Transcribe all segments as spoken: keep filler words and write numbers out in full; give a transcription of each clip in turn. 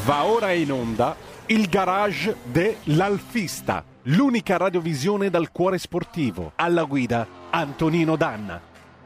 Va ora in onda il garage dell'Alfista, l'unica radiovisione dal cuore sportivo. Alla guida Antonino Danna.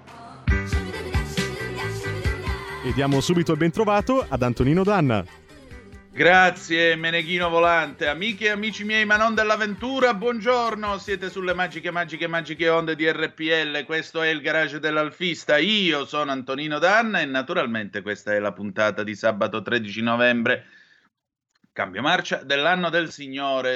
E diamo subito il ben trovato ad Antonino Danna. Grazie Meneghino Volante, amiche e amici miei ma non dell'avventura, buongiorno, siete sulle magiche, magiche, magiche onde di R P L, questo è il garage dell'Alfista, io sono Antonino Danna e naturalmente questa è la puntata di sabato tredici novembre, cambio marcia dell'anno del Signore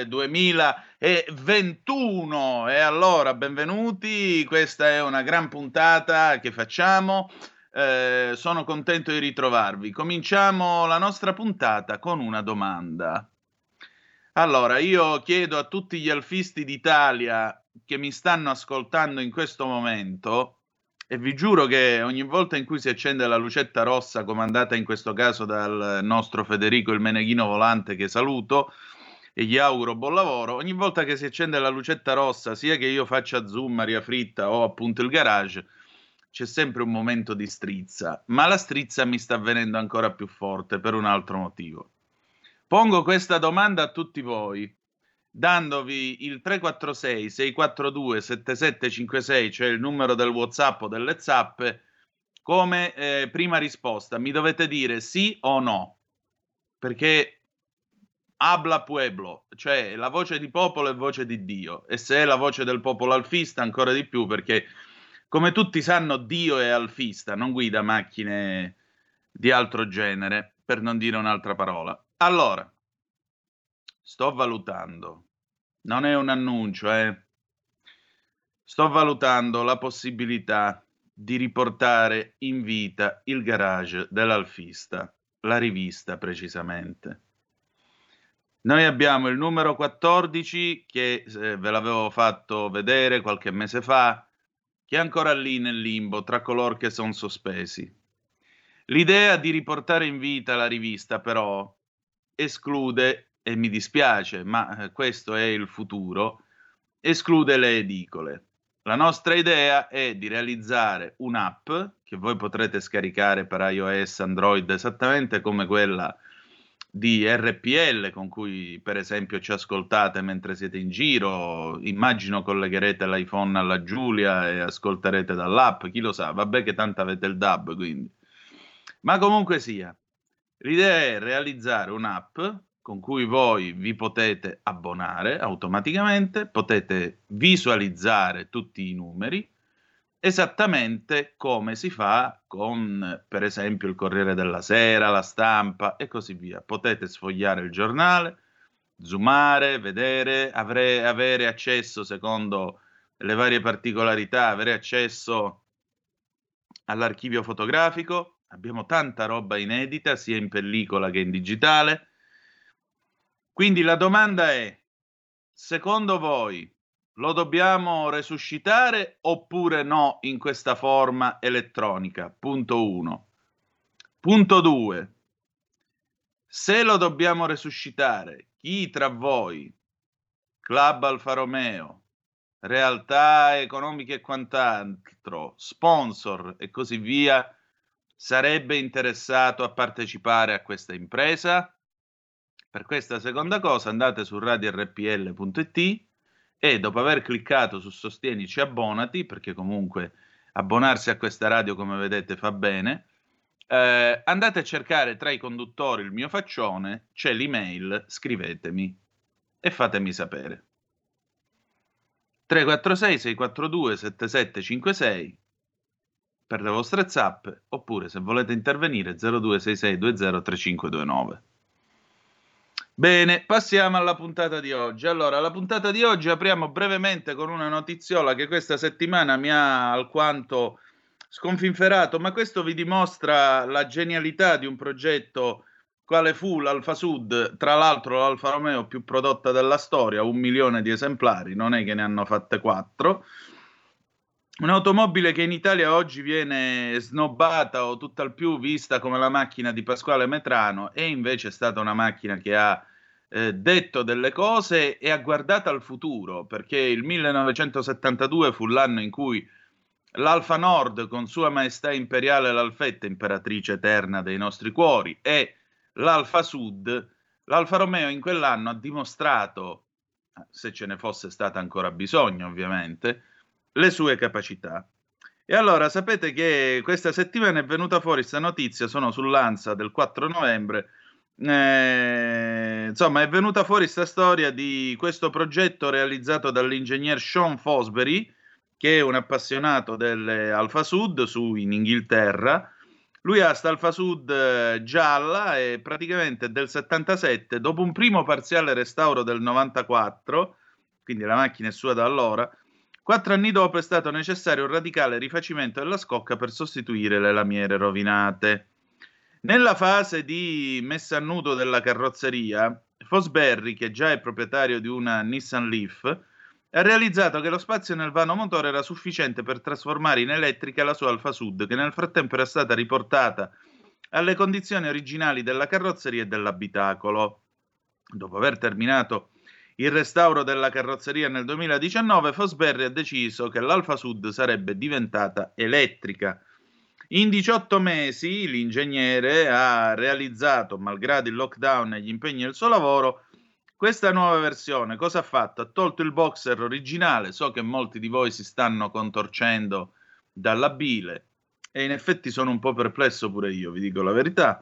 duemilaventuno. E allora benvenuti, questa è una gran puntata che facciamo. Eh, sono contento di ritrovarvi. Cominciamo la nostra puntata con una domanda. Allora, io chiedo a tutti gli alfisti d'Italia che mi stanno ascoltando in questo momento, e vi giuro che ogni volta in cui si accende la lucetta rossa, comandata in questo caso dal nostro Federico il Meneghino Volante, che saluto e gli auguro buon lavoro, ogni volta che si accende la lucetta rossa, sia che io faccia Zoom, aria fritta o appunto il garage, c'è sempre un momento di strizza, ma la strizza mi sta venendo ancora più forte per un altro motivo. Pongo questa domanda a tutti voi, dandovi il tre quattro sei sei quattro due sette sette cinque sei, cioè il numero del WhatsApp o delle zappe, come eh, prima risposta. Mi dovete dire sì o no, perché habla pueblo, cioè la voce di popolo è voce di Dio, e se è la voce del popolo alfista ancora di più, perché come tutti sanno, Dio è alfista, non guida macchine di altro genere, per non dire un'altra parola. Allora, sto valutando, non è un annuncio, eh. Sto valutando la possibilità di riportare in vita il garage dell'Alfista, la rivista precisamente. Noi abbiamo il numero quattordici, che eh, ve l'avevo fatto vedere qualche mese fa, che è ancora lì nel limbo tra coloro che sono sospesi. L'idea di riportare in vita la rivista però esclude, e mi dispiace, ma eh, questo è il futuro, esclude le edicole. La nostra idea è di realizzare un'app che voi potrete scaricare per iOS, Android, esattamente come quella di R P L con cui per esempio ci ascoltate mentre siete in giro. Immagino collegherete l'iPhone alla Giulia e ascolterete dall'app, chi lo sa, vabbè che tanto avete il D A B, quindi. Ma comunque sia, l'idea è realizzare un'app con cui voi vi potete abbonare automaticamente, potete visualizzare tutti i numeri, esattamente come si fa con, per esempio, il Corriere della Sera, la Stampa e così via. Potete sfogliare il giornale, zoomare, vedere, avre, avere accesso, secondo le varie particolarità, avere accesso all'archivio fotografico. Abbiamo tanta roba inedita, sia in pellicola che in digitale. Quindi la domanda è, secondo voi, lo dobbiamo resuscitare oppure no in questa forma elettronica? Punto uno. Punto due. Se lo dobbiamo resuscitare, chi tra voi, Club Alfa Romeo, realtà economiche e quant'altro, sponsor e così via, sarebbe interessato a partecipare a questa impresa? Per questa seconda cosa andate su radio R P L punto it e dopo aver cliccato su Sostienici abbonati, perché comunque abbonarsi a questa radio come vedete fa bene, eh, andate a cercare tra i conduttori il mio faccione, c'è l'email, scrivetemi e fatemi sapere. tre quattro sei sei quattro due sette sette cinque sei per le vostre zappe, oppure se volete intervenire zero due sei sei due zero tre cinque due nove. Bene, passiamo alla puntata di oggi. Allora, la puntata di oggi apriamo brevemente con una notiziola che questa settimana mi ha alquanto sconfinferato, ma questo vi dimostra la genialità di un progetto quale fu l'Alfa Sud, tra l'altro l'Alfa Romeo più prodotta della storia, un milione di esemplari, non è che ne hanno fatte quattro. Un'automobile che in Italia oggi viene snobbata o tutt'al più vista come la macchina di Pasquale Metrano, e invece è stata una macchina che ha eh, detto delle cose e ha guardato al futuro, perché il millenovecentosettantadue fu l'anno in cui l'Alfa Nord, con Sua Maestà Imperiale l'Alfetta, imperatrice eterna dei nostri cuori, e l'Alfa Sud l'Alfa Romeo in quell'anno ha dimostrato, se ce ne fosse stata ancora bisogno ovviamente, le sue capacità. E allora sapete che questa settimana è venuta fuori questa notizia, sono sull'Ansa del quattro novembre, eh, insomma è venuta fuori questa storia di questo progetto realizzato dall'ingegner Sean Fosbury, che è un appassionato delle Alfa Sud su, in Inghilterra. Lui ha sta Alfa Sud eh, gialla e praticamente del settantasette, dopo un primo parziale restauro del novantaquattro, quindi la macchina è sua da allora, quattro anni dopo è stato necessario un radicale rifacimento della scocca per sostituire le lamiere rovinate. Nella fase di messa a nudo della carrozzeria, Fosbury, che già è proprietario di una Nissan Leaf, ha realizzato che lo spazio nel vano motore era sufficiente per trasformare in elettrica la sua Alfa Sud, che nel frattempo era stata riportata alle condizioni originali della carrozzeria e dell'abitacolo. Dopo aver terminato il restauro della carrozzeria nel duemiladiciannove, Fosbury ha deciso che l'Alfa Sud sarebbe diventata elettrica. In diciotto mesi l'ingegnere ha realizzato, malgrado il lockdown e gli impegni del suo lavoro, questa nuova versione. Cosa ha fatto? Ha tolto il boxer originale, so che molti di voi si stanno contorcendo dalla bile e in effetti sono un po' perplesso pure io, vi dico la verità.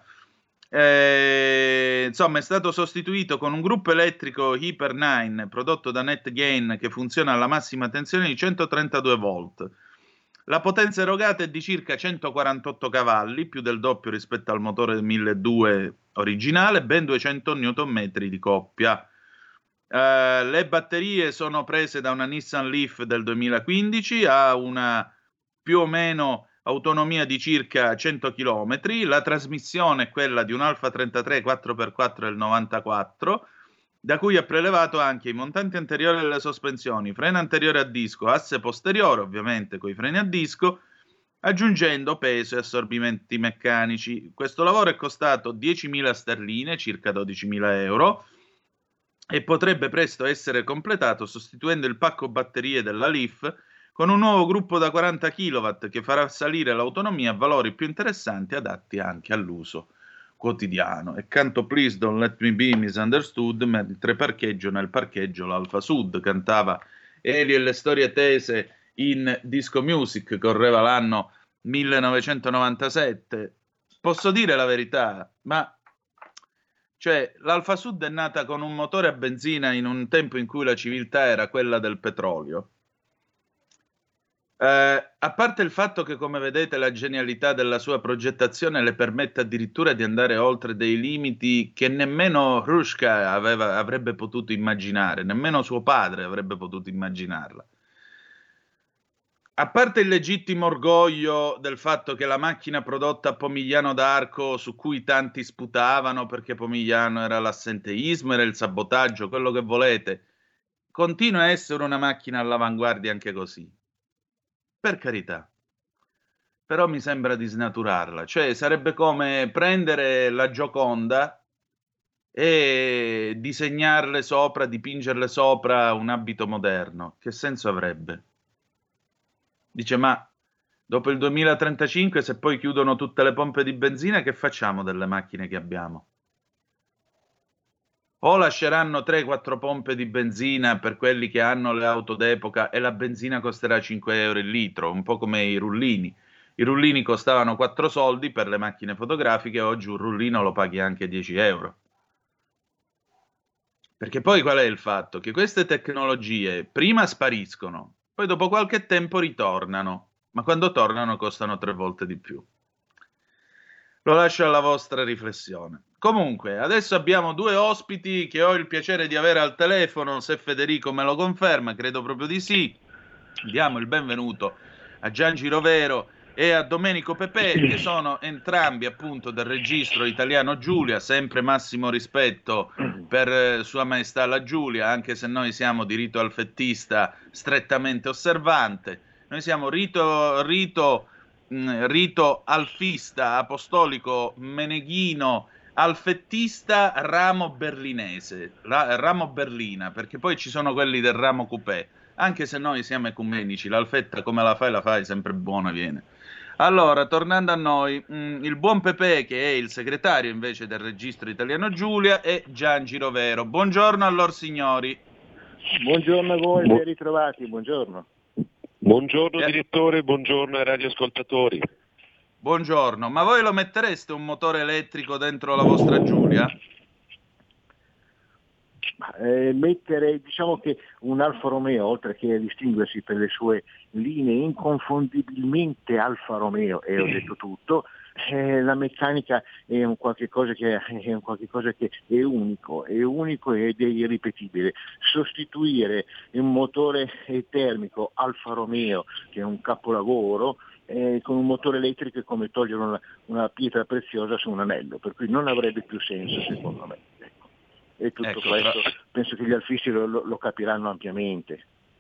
Eh, insomma è stato sostituito con un gruppo elettrico Hyper nove prodotto da NetGain che funziona alla massima tensione di centotrentadue volt. La potenza erogata è di circa centoquarantotto cavalli, più del doppio rispetto al motore milleduecento originale, ben duecento newton metri di coppia. Uh, le batterie sono prese da una Nissan Leaf del duemilaquindici, ha una più o meno autonomia di circa cento chilometri, la trasmissione è quella di un Alfa trentatré quattro per quattro del novantaquattro, da cui ha prelevato anche i montanti anteriori delle sospensioni, freno anteriore a disco, asse posteriore ovviamente con i freni a disco, aggiungendo peso e assorbimenti meccanici. Questo lavoro è costato diecimila sterline, circa dodicimila euro, e potrebbe presto essere completato sostituendo il pacco batterie della Leaf con un nuovo gruppo da quaranta chilowatt che farà salire l'autonomia a valori più interessanti adatti anche all'uso quotidiano. E canto Please Don't Let Me Be Misunderstood mentre parcheggio nel parcheggio l'Alfa Sud, cantava Eli e le storie tese in Disco Music, correva l'anno millenovecentonovantasette. Posso dire la verità, ma cioè l'Alfa Sud è nata con un motore a benzina in un tempo in cui la civiltà era quella del petrolio. Eh, a parte il fatto che, come vedete, la genialità della sua progettazione le permette addirittura di andare oltre dei limiti che nemmeno Hrushka aveva, avrebbe potuto immaginare, nemmeno suo padre avrebbe potuto immaginarla. A parte il legittimo orgoglio del fatto che la macchina prodotta a Pomigliano d'Arco, su cui tanti sputavano perché Pomigliano era l'assenteismo, era il sabotaggio, quello che volete, continua a essere una macchina all'avanguardia anche così. Per carità, però mi sembra di snaturarla, cioè sarebbe come prendere la Gioconda e disegnarle sopra, dipingerle sopra un abito moderno. Che senso avrebbe? Dice, ma dopo il duemilatrentacinque, se poi chiudono tutte le pompe di benzina, che facciamo delle macchine che abbiamo? O lasceranno tre quattro pompe di benzina per quelli che hanno le auto d'epoca e la benzina costerà cinque euro il litro, un po' come i rullini. I rullini costavano quattro soldi per le macchine fotografiche, oggi un rullino lo paghi anche dieci euro. Perché poi qual è il fatto? Che queste tecnologie prima spariscono, poi dopo qualche tempo ritornano, ma quando tornano costano tre volte di più. Lo lascio alla vostra riflessione. Comunque, adesso abbiamo due ospiti che ho il piacere di avere al telefono, se Federico me lo conferma, credo proprio di sì. Diamo il benvenuto a Gian Girovero e a Domenico Pepè, che sono entrambi appunto del registro italiano Giulia, sempre massimo rispetto per Sua Maestà la Giulia, anche se noi siamo di rito alfettista strettamente osservante. Noi siamo rito, rito, mh, rito alfista, apostolico, meneghino, alfettista, ramo berlinese, ra, ramo berlina, perché poi ci sono quelli del ramo coupé, anche se noi siamo ecumenici, l'alfetta come la fai, la fai, sempre buona viene. Allora, tornando a noi, mh, il buon Pepe, che è il segretario invece del Registro Italiano Giulia, e Gian Girovero. Buongiorno a lor signori. Buongiorno a voi, Bu- ben ritrovati, buongiorno. Buongiorno Eh. direttore, buongiorno ai radioascoltatori. Buongiorno, ma voi lo mettereste un motore elettrico dentro la vostra Giulia? Eh, mettere, diciamo che un Alfa Romeo, oltre che a distinguersi per le sue linee inconfondibilmente Alfa Romeo, e ho detto tutto, eh, la meccanica è un qualche cosa che è un qualche cosa che è unico, è unico ed è irripetibile. Sostituire un motore termico Alfa Romeo, che è un capolavoro, eh, con un motore elettrico è come togliere una, una pietra preziosa su un anello, per cui non avrebbe più senso secondo me. Ecco. E tutto Ecco, questo però- penso che gli alfisti lo, lo- lo capiranno ampiamente.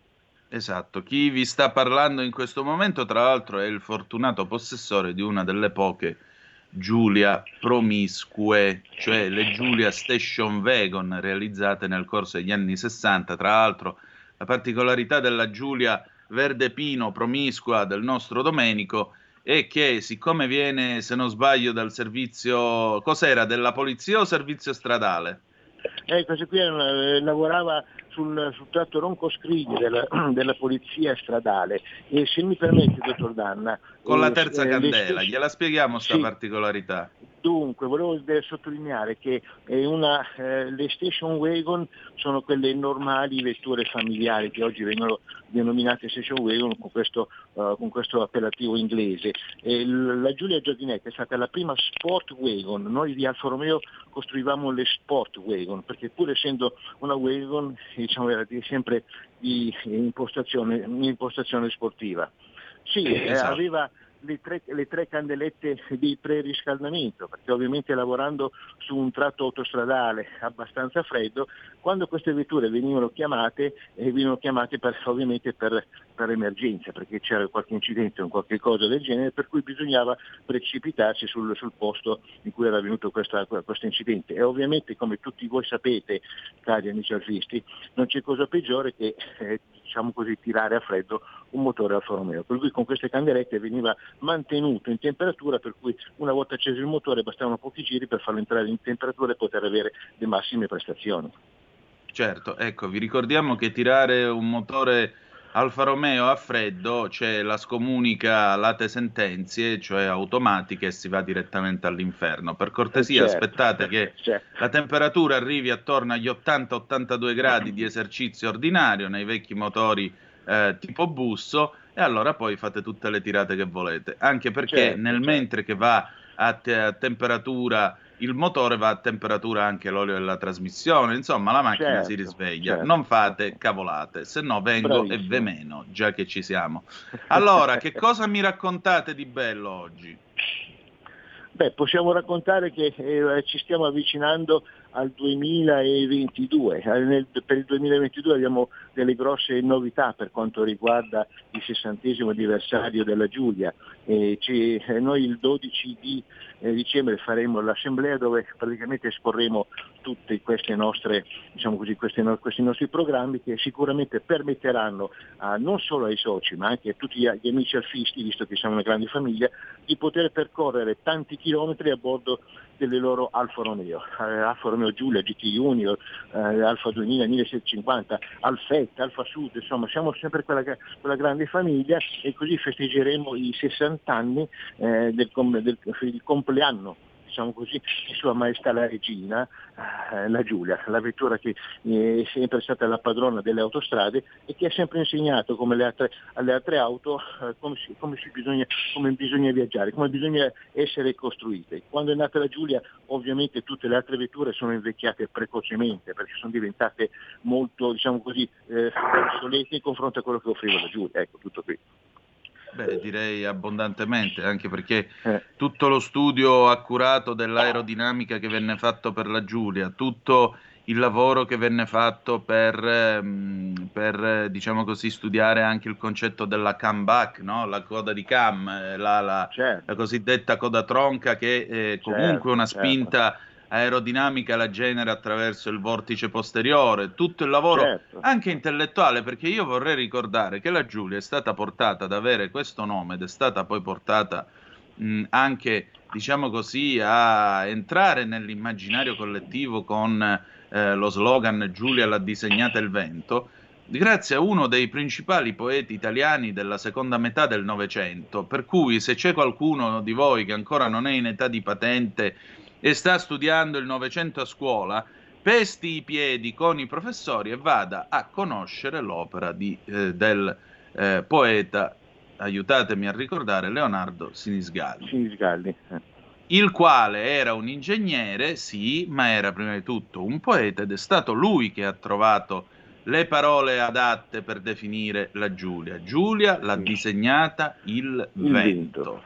Esatto, chi vi sta parlando in questo momento, tra l'altro, è il fortunato possessore di una delle poche Giulia promiscue, cioè le Giulia Station Wagon realizzate nel corso degli anni sessanta. Tra l'altro, la particolarità della Giulia verde pino promiscua del nostro Domenico è che, siccome viene, se non sbaglio, dal servizio, cos'era, della polizia o servizio stradale? Eh, questo qui eh, lavorava sul, sul tratto Ronco-Scrigli della, della polizia stradale, e se mi permette, dottor Danna, Con la eh, terza eh, le candela, stesse- gliela spieghiamo sta Sì. particolarità. Dunque, volevo eh, sottolineare che è una, eh, le station wagon sono quelle normali vetture familiari che oggi vengono denominate station wagon con questo, eh, con questo appellativo inglese. E l- la Giulia Giardinetta è stata la prima sport wagon. Noi di Alfa Romeo costruivamo le sport wagon, perché pur essendo una wagon, diciamo, era di- sempre di impostazione, un'impostazione sportiva. Sì, eh, Esatto. aveva le tre, le tre candelette di preriscaldamento, perché ovviamente lavorando su un tratto autostradale abbastanza freddo, quando queste vetture venivano chiamate, eh, venivano chiamate per, ovviamente per, per emergenza, perché c'era qualche incidente o qualche cosa del genere, per cui bisognava precipitarsi sul, sul posto in cui era avvenuto questa, questo incidente. E ovviamente, come tutti voi sapete, cari amici alfisti, non c'è cosa peggiore che eh, diciamo così, tirare a freddo un motore Alfa Romeo, per cui con queste candelette veniva mantenuto in temperatura, per cui una volta acceso il motore bastavano pochi giri per farlo entrare in temperatura e poter avere le massime prestazioni. Certo, ecco, vi ricordiamo che tirare un motore Alfa Romeo a freddo, cioè la scomunica late sentenze, cioè automatica, e si va direttamente all'inferno. Per cortesia, Eh, certo. aspettate che Certo. la temperatura arrivi attorno agli ottanta ottantadue gradi di esercizio ordinario nei vecchi motori eh, tipo busso, e allora poi fate tutte le tirate che volete. Anche perché Certo, nel certo. mentre che va a, te- a temperatura il motore, va a temperatura anche l'olio della trasmissione, insomma la macchina Certo, si risveglia. certo. Non fate cavolate, se no vengo Bravissimo. e ve meno, già che ci siamo. Allora, che cosa mi raccontate di bello oggi? Beh, possiamo raccontare che eh, ci stiamo avvicinando al duemilaventidue. Eh, nel- per il duemilaventidue abbiamo delle grosse novità per quanto riguarda il sessantesimo anniversario della Giulia. Eh, ci- eh, noi il dodici di eh, dicembre faremo l'assemblea dove praticamente esporremo tutte queste nostre, diciamo così, queste no- questi nostri programmi, che sicuramente permetteranno a, non solo ai soci ma anche a tutti gli, gli amici alfisti, visto che siamo una grande famiglia, di poter percorrere tanti chilometri a bordo delle loro Alfa Romeo, eh, Alfa Romeo Giulia, G T Junior, eh, Alfa duemila, millesettecentocinquanta, Alfetta, Alfa Sud, insomma siamo sempre quella, quella grande famiglia, e così festeggeremo i sessanta anni eh, del, com- del il compleanno, diciamo così, di Sua Maestà la Regina, eh, la Giulia, la vettura che eh, è sempre stata la padrona delle autostrade e che ha sempre insegnato, come le altre, alle altre auto, eh, come, si, come, si bisogna, come bisogna viaggiare, come bisogna essere costruite. Quando è nata la Giulia, ovviamente tutte le altre vetture sono invecchiate precocemente, perché sono diventate molto, diciamo così, eh, obsolete in confronto a quello che offriva la Giulia. Ecco, tutto qui. Beh, direi abbondantemente, anche perché Eh. tutto lo studio accurato dell'aerodinamica che venne fatto per la Giulia, tutto il lavoro che venne fatto per, ehm, per, eh, diciamo così, studiare anche il concetto della comeback, no? La coda di cam, eh, la, la- Certo. la cosiddetta coda tronca, che è comunque Certo, una certo. spinta aerodinamica la genera attraverso il vortice posteriore, tutto il lavoro Certo. anche intellettuale, perché io vorrei ricordare che la Giulia è stata portata ad avere questo nome ed è stata poi portata mh, anche, diciamo così, a entrare nell'immaginario collettivo con eh, lo slogan Giulia l'ha disegnata il vento, grazie a uno dei principali poeti italiani della seconda metà del Novecento, per cui se c'è qualcuno di voi che ancora non è in età di patente e sta studiando il Novecento a scuola, pesti i piedi con i professori e vada a conoscere l'opera di, eh, del eh, poeta, aiutatemi a ricordare, Leonardo Sinisgalli, Sinisgalli. eh. il quale era un ingegnere, sì, ma era prima di tutto un poeta, ed è stato lui che ha trovato le parole adatte per definire la Giulia. Giulia l'ha Sì. disegnata il, Il vento. vento.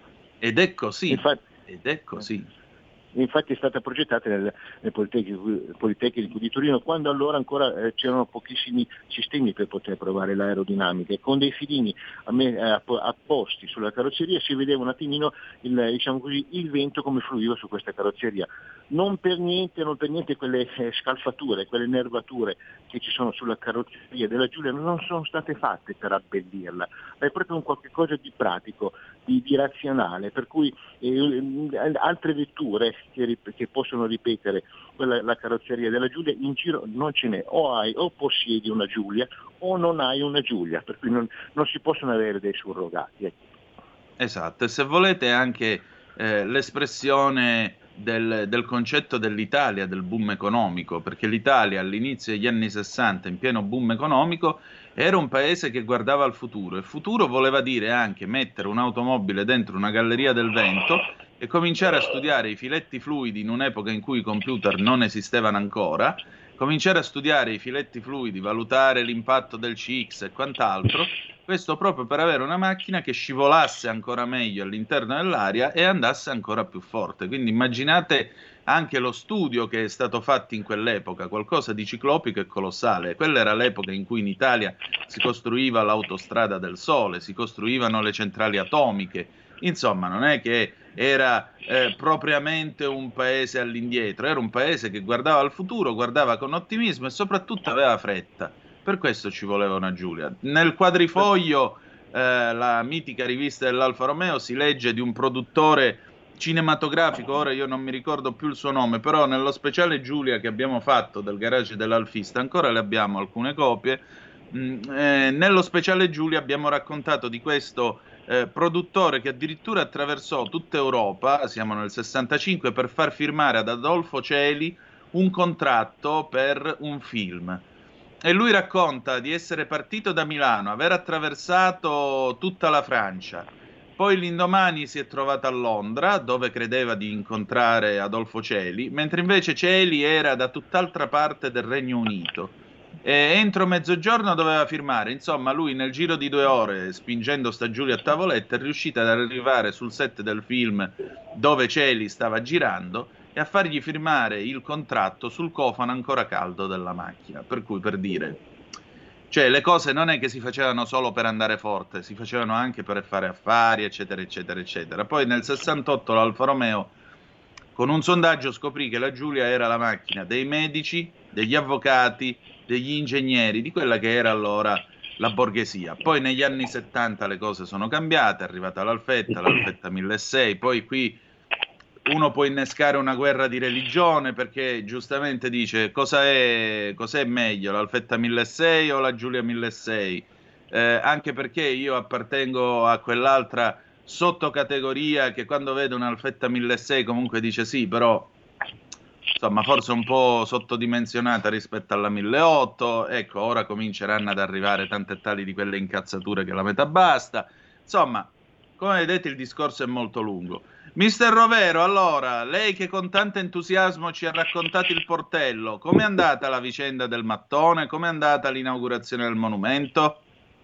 Ed è così, Infatti, ed è così. infatti è stata progettata nel, nel Politecnico, Politecnico di Torino, quando allora ancora eh, c'erano pochissimi sistemi per poter provare l'aerodinamica, e con dei filini a me, eh, apposti sulla carrozzeria si vedeva un attimino il, diciamo così, il vento come fluiva su questa carrozzeria. Non per niente, non per niente quelle eh, scalfature, quelle nervature che ci sono sulla carrozzeria della Giulia non sono state fatte per abbellirla, ma è proprio un qualche cosa di pratico, di, di razionale, per cui eh, altre vetture che, che possono ripetere quella, la carrozzeria della Giulia in giro non ce n'è, o hai o possiedi una Giulia o non hai una Giulia, per cui non, non si possono avere dei surrogati. Ecco. Esatto, e se volete anche eh, l'espressione del, del concetto dell'Italia, del boom economico, perché l'Italia all'inizio degli anni sessanta, in pieno boom economico, era un paese che guardava al futuro. Il futuro voleva dire anche mettere un'automobile dentro una galleria del vento e cominciare a studiare i filetti fluidi in un'epoca in cui i computer non esistevano ancora, cominciare a studiare i filetti fluidi, valutare l'impatto del C X e quant'altro, questo proprio per avere una macchina che scivolasse ancora meglio all'interno dell'aria e andasse ancora più forte. Quindi immaginate anche lo studio che è stato fatto in quell'epoca, qualcosa di ciclopico e colossale. Quella era l'epoca in cui in Italia si costruiva l'autostrada del Sole, si costruivano le centrali atomiche. Insomma, non è che era eh, propriamente un paese all'indietro, era un paese che guardava al futuro, guardava con ottimismo e soprattutto aveva fretta. Per questo ci voleva una Giulia. Nel quadrifoglio, eh, la mitica rivista dell'Alfa Romeo, si legge di un produttore cinematografico, ora io non mi ricordo più il suo nome, però nello speciale Giulia che abbiamo fatto del garage dell'Alfista, ancora le abbiamo alcune copie, mh, eh, nello speciale Giulia abbiamo raccontato di questo eh, produttore che addirittura attraversò tutta Europa, siamo nel sessantacinque, per far firmare ad Adolfo Celi un contratto per un film. E lui racconta di essere partito da Milano, aver attraversato tutta la Francia, poi l'indomani si è trovato a Londra, dove credeva di incontrare Adolfo Celi, mentre invece Celi era da tutt'altra parte del Regno Unito. E entro mezzogiorno doveva firmare. Insomma, lui nel giro di due ore, spingendo sta Giulia a tavoletta, è riuscito ad arrivare sul set del film dove Celi stava girando e a fargli firmare il contratto sul cofano ancora caldo della macchina. Per cui, per dire, cioè le cose non è che si facevano solo per andare forte, si facevano anche per fare affari, eccetera, eccetera, eccetera. Poi nel sessantotto l'Alfa Romeo, con un sondaggio, scoprì che la Giulia era la macchina dei medici, degli avvocati, degli ingegneri, di quella che era allora la borghesia. Poi negli anni settanta le cose sono cambiate, è arrivata l'Alfetta, l'Alfetta milleseicento, poi qui uno può innescare una guerra di religione, perché giustamente dice cosa è, cos'è meglio, l'Alfetta milleseicento o la Giulia milleseicento, eh, anche perché io appartengo a quell'altra sottocategoria che quando vede un'Alfetta milleseicento comunque dice sì, però insomma forse un po' sottodimensionata rispetto alla milleottocento, ecco, ora cominceranno ad arrivare tante e tali di quelle incazzature che la metà basta. Insomma, come vedete il discorso è molto lungo. Mister Rovero, allora, lei che con tanto entusiasmo ci ha raccontato il portello, com'è andata la vicenda del mattone? Com'è andata l'inaugurazione del monumento?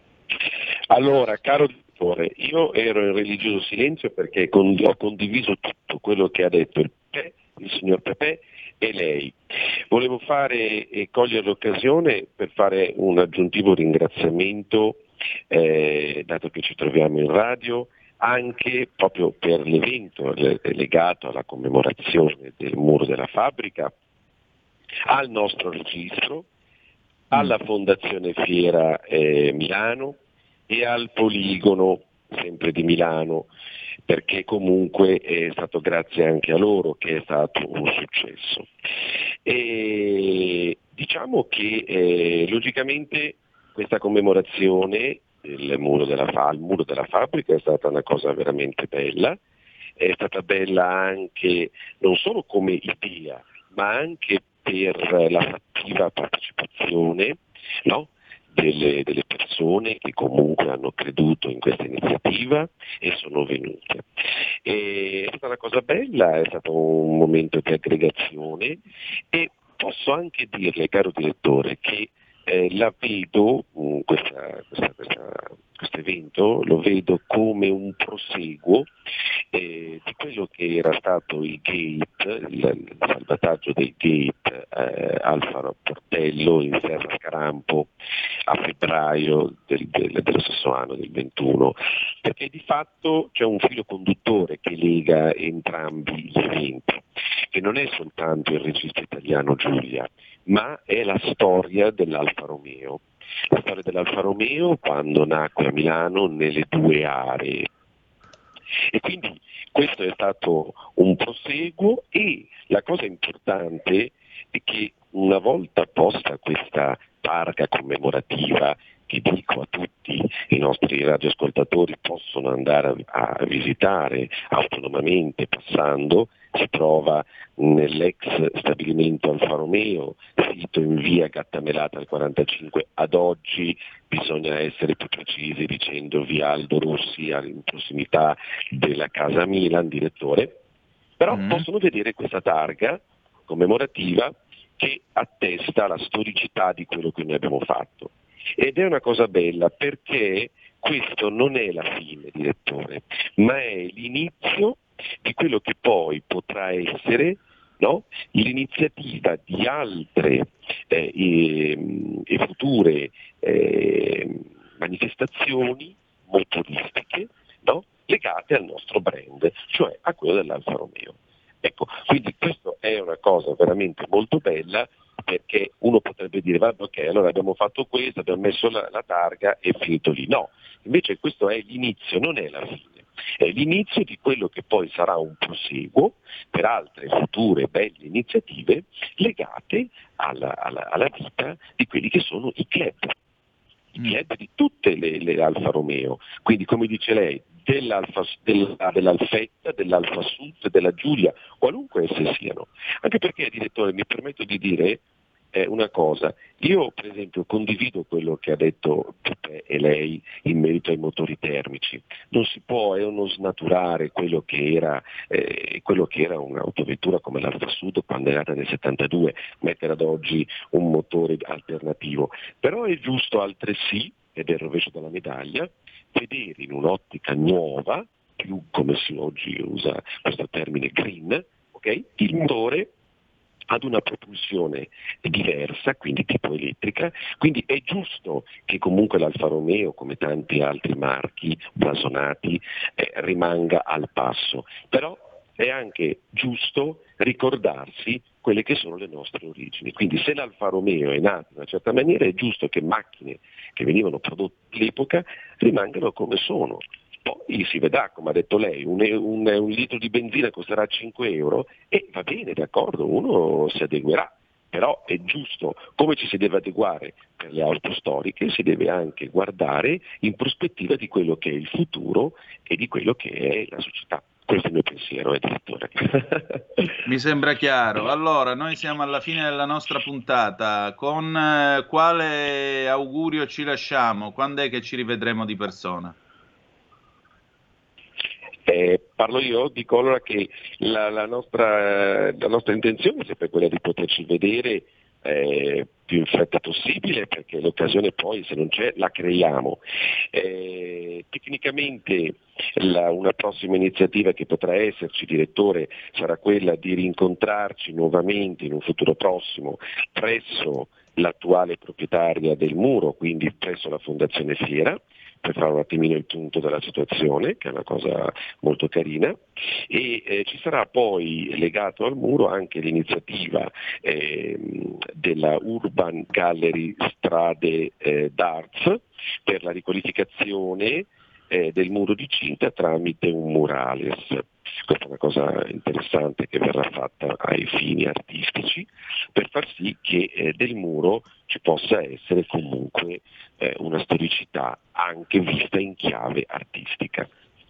Allora, caro direttore, io ero in religioso silenzio perché con, ho condiviso tutto quello che ha detto il, Pepe, il signor Pepe e lei. Volevo fare e cogliere l'occasione per fare un aggiuntivo ringraziamento, eh, dato che ci troviamo in radio, anche proprio per l'evento legato alla commemorazione del muro della fabbrica, al nostro registro, alla Fondazione Fiera eh, Milano e al Poligono, sempre di Milano, perché comunque è stato grazie anche a loro che è stato un successo. E diciamo che eh, logicamente questa commemorazione il muro della, fa- il muro della fabbrica è stata una cosa veramente bella, è stata bella anche non solo come idea, ma anche per la fattiva partecipazione, no? delle, delle persone che comunque hanno creduto in questa iniziativa e sono venute. E è stata una cosa bella, è stato un momento di aggregazione e posso anche dirle, caro direttore, che Eh, la vedo, mh, questa, questa, questa, questo evento, lo vedo come un proseguo eh, di quello che era stato il gate, il, il salvataggio del gate eh, Alfa Portello in Serra Scarampo a febbraio del, del, dello stesso anno, del ventuno, perché di fatto c'è un filo conduttore che lega entrambi gli eventi, che non è soltanto il registro italiano Giulia, ma è la storia dell'Alfa Romeo. La storia dell'Alfa Romeo quando nacque a Milano nelle due aree. E quindi questo è stato un proseguo e la cosa importante è che una volta posta questa targa commemorativa, che dico a tutti i nostri radioascoltatori possono andare a, a visitare autonomamente passando, si trova nell'ex stabilimento Alfa Romeo, sito in via Gattamelata al quarantacinque, ad oggi bisogna essere più precisi dicendo via Aldo Rossi in prossimità della Casa Milan, direttore, però mm. possono vedere questa targa commemorativa che attesta la storicità di quello che noi abbiamo fatto. Ed è una cosa bella perché questo non è la fine, direttore, ma è l'inizio di quello che poi potrà essere, no? L'iniziativa di altre eh, e, e future eh, manifestazioni motoristiche, no? Legate al nostro brand, cioè a quello dell'Alfa Romeo. Ecco, quindi questa è una cosa veramente molto bella, perché uno potrebbe dire vabbè, ok, allora abbiamo fatto questo, abbiamo messo la, la targa e finito lì. No, invece questo è l'inizio, non è la fine, è l'inizio di quello che poi sarà un proseguo per altre future belle iniziative legate alla, alla, alla vita di quelli che sono i club, i club di tutte le, le Alfa Romeo, quindi come dice lei, dell'Alfa, della, dell'Alfetta, dell'Alfa Sud, della Giulia, qualunque esse siano. Anche perché, direttore, mi permetto di dire eh, una cosa, io per esempio condivido quello che ha detto Pepe e lei in merito ai motori termici, non si può è uno snaturare quello che era, eh, quello che era un'autovettura come l'Alfa Sud quando è nata nel settantadue, mettere ad oggi un motore alternativo, però è giusto altresì, ed è il rovescio della medaglia, vedere in un'ottica nuova, più come si oggi usa questo termine green, okay, il motore ad una propulsione diversa, quindi tipo elettrica, quindi è giusto che comunque l'Alfa Romeo, come tanti altri marchi blasonati, eh, rimanga al passo, però è anche giusto ricordarsi quelle che sono le nostre origini. Quindi se l'Alfa Romeo è nata in una certa maniera è giusto che macchine che venivano prodotte all'epoca rimangano come sono. Poi si vedrà, come ha detto lei, un, un, un litro di benzina costerà cinque euro e va bene, d'accordo, uno si adeguerà. Però è giusto, come ci si deve adeguare per le auto storiche, si deve anche guardare in prospettiva di quello che è il futuro e di quello che è la società. Questo è il mio pensiero, eh, direttore. Mi sembra chiaro. Allora, noi siamo alla fine della nostra puntata. Con eh, quale augurio ci lasciamo? Quando è che ci rivedremo di persona? Eh, parlo io, dico allora che la, la, nostra, la nostra intenzione è sempre quella di poterci vedere eh, più in fretta possibile, perché l'occasione poi, se non c'è, la creiamo. Eh, tecnicamente la, una prossima iniziativa che potrà esserci, direttore, sarà quella di rincontrarci nuovamente in un futuro prossimo presso l'attuale proprietaria del muro, quindi presso la Fondazione Fiera, per fare un attimino il punto della situazione, che è una cosa molto carina, e eh, ci sarà poi legato al muro anche l'iniziativa eh, della Urban Gallery Strade eh, d'Arts per la riqualificazione eh, del muro di cinta tramite un murales. Questa è una cosa interessante che verrà fatta ai fini artistici per far sì che eh, del muro ci possa essere comunque eh, una storicità anche vista in chiave artistica.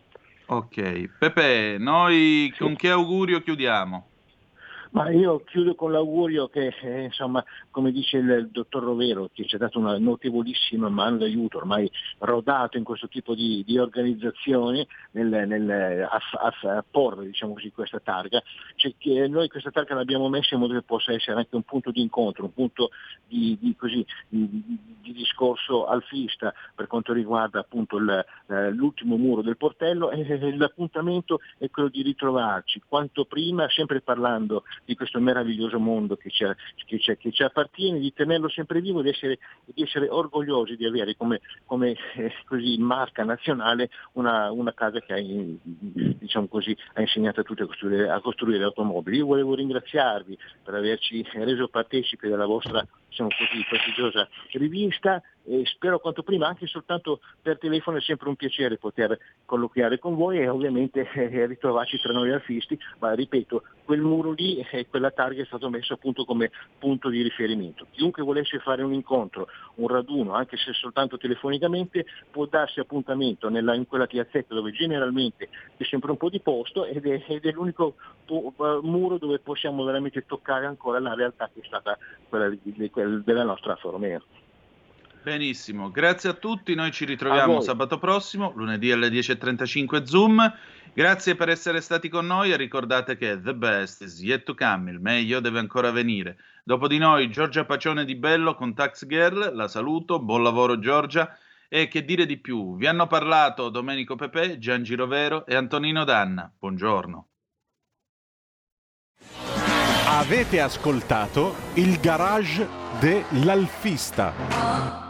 Ok, Pepe, noi Sì. con che augurio chiudiamo? Ma io chiudo con l'augurio che, eh, insomma, come dice il, il dottor Rovero, che ci ha dato una notevolissima mano d'aiuto, ormai rodato in questo tipo di, di organizzazione, nel, nel, a, a, a porre, diciamo così, questa targa, cioè che noi questa targa l'abbiamo messa in modo che possa essere anche un punto di incontro, un punto di, di, così, di, di discorso alfista per quanto riguarda appunto il, l'ultimo muro del portello, e l'appuntamento è quello di ritrovarci quanto prima, sempre parlando di questo meraviglioso mondo che ci, che, ci, che ci appartiene, di tenerlo sempre vivo, di essere, di essere orgogliosi di avere come, come eh, così, marca nazionale una, una casa che ha, diciamo così, ha insegnato a tutti a costruire, a costruire automobili. Io volevo ringraziarvi per averci reso partecipi della vostra, diciamo così, prestigiosa rivista, e spero quanto prima, anche soltanto per telefono. È sempre un piacere poter colloquiare con voi e ovviamente eh, ritrovarci tra noi alfisti, ma ripeto, quel muro lì e eh, quella targa è stato messo appunto come punto di riferimento. Chiunque volesse fare un incontro, un raduno, anche se soltanto telefonicamente, può darsi appuntamento nella, in quella piazzetta dove generalmente c'è sempre un po' di posto, ed è, ed è l'unico po- muro dove possiamo veramente toccare ancora la realtà che è stata quella di, di, di, della nostra Alfa Romeo. Benissimo, grazie a tutti, noi ci ritroviamo sabato prossimo, lunedì alle dieci e trentacinque Zoom. Grazie per essere stati con noi e ricordate che the best is yet to come, il meglio deve ancora venire. Dopo di noi Giorgia Pacione di Bello con Tax Girl, la saluto, buon lavoro Giorgia, e che dire di più, vi hanno parlato Domenico Pepe, Gian Girovero e Antonino Danna, buongiorno. Avete ascoltato il garage dell'Alfista.